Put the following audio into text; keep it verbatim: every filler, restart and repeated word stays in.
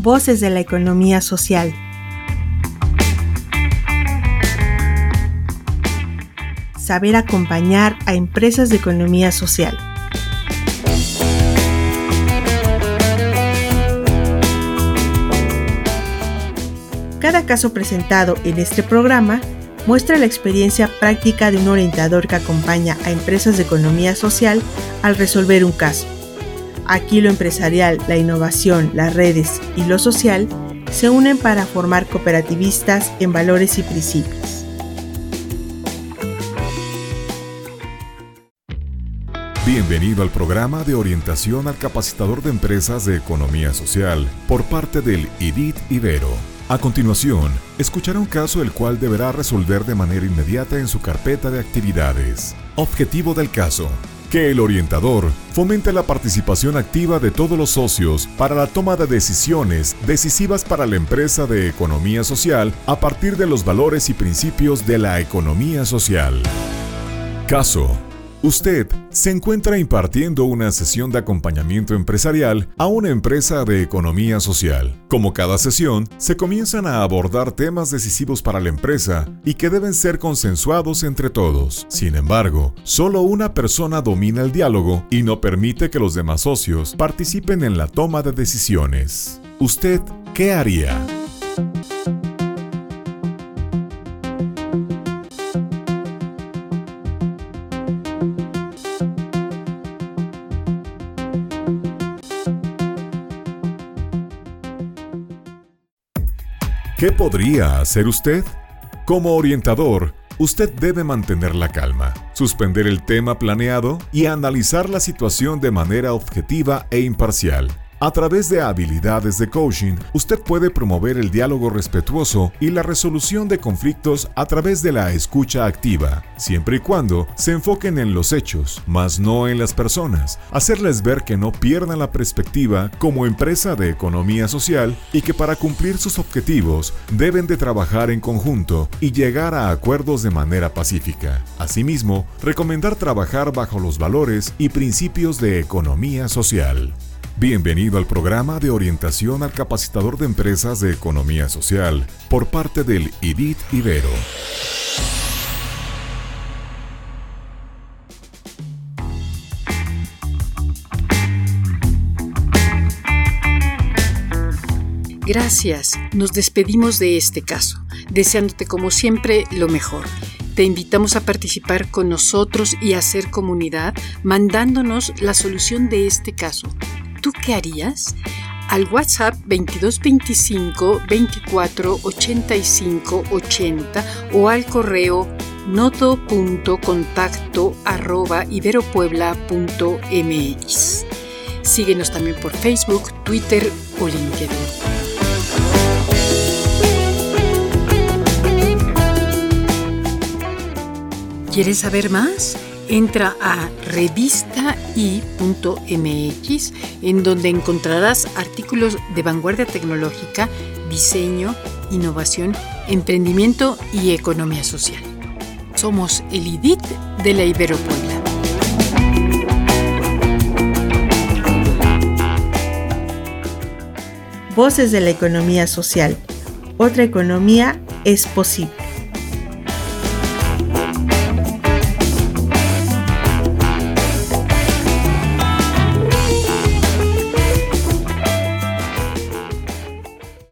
Voces de la economía social. Saber acompañar a empresas de economía social. Cada caso presentado en este programa muestra la experiencia práctica de un orientador que acompaña a empresas de economía social al resolver un caso. Aquí lo empresarial, la innovación, las redes y lo social se unen para formar cooperativistas en valores y principios. Bienvenido al programa de orientación al capacitador de empresas de economía social por parte del I D I T Ibero. A continuación, escuchará un caso el cual deberá resolver de manera inmediata en su carpeta de actividades. Objetivo del caso: que el orientador fomente la participación activa de todos los socios para la toma de decisiones decisivas para la empresa de economía social a partir de los valores y principios de la economía social. Caso: usted se encuentra impartiendo una sesión de acompañamiento empresarial a una empresa de economía social. Como cada sesión, se comienzan a abordar temas decisivos para la empresa y que deben ser consensuados entre todos. Sin embargo, solo una persona domina el diálogo y no permite que los demás socios participen en la toma de decisiones. ¿Usted qué haría? ¿Qué podría hacer usted? Como orientador, usted debe mantener la calma, suspender el tema planeado y analizar la situación de manera objetiva e imparcial. A través de habilidades de coaching, usted puede promover el diálogo respetuoso y la resolución de conflictos a través de la escucha activa, siempre y cuando se enfoquen en los hechos, mas no en las personas, hacerles ver que no pierdan la perspectiva como empresa de economía social y que para cumplir sus objetivos deben de trabajar en conjunto y llegar a acuerdos de manera pacífica. Asimismo, recomendar trabajar bajo los valores y principios de economía social. Bienvenido al programa de orientación al capacitador de empresas de economía social por parte del I D I T Ibero. Gracias, nos despedimos de este caso, deseándote como siempre lo mejor. Te invitamos a participar con nosotros y a hacer comunidad mandándonos la solución de este caso. ¿Tú qué harías? Al WhatsApp veintidós veinticinco veinticuatro ochenta y cinco ochenta o al correo noto punto contacto arroba iberopuebla punto mx. Síguenos también por Facebook, Twitter o LinkedIn. ¿Quieres saber más? Entra a revista i punto eme equis, en donde encontrarás artículos de vanguardia tecnológica, diseño, innovación, emprendimiento y economía social. Somos el I D I T de la Ibero Puebla. Voces de la economía social. Otra economía es posible.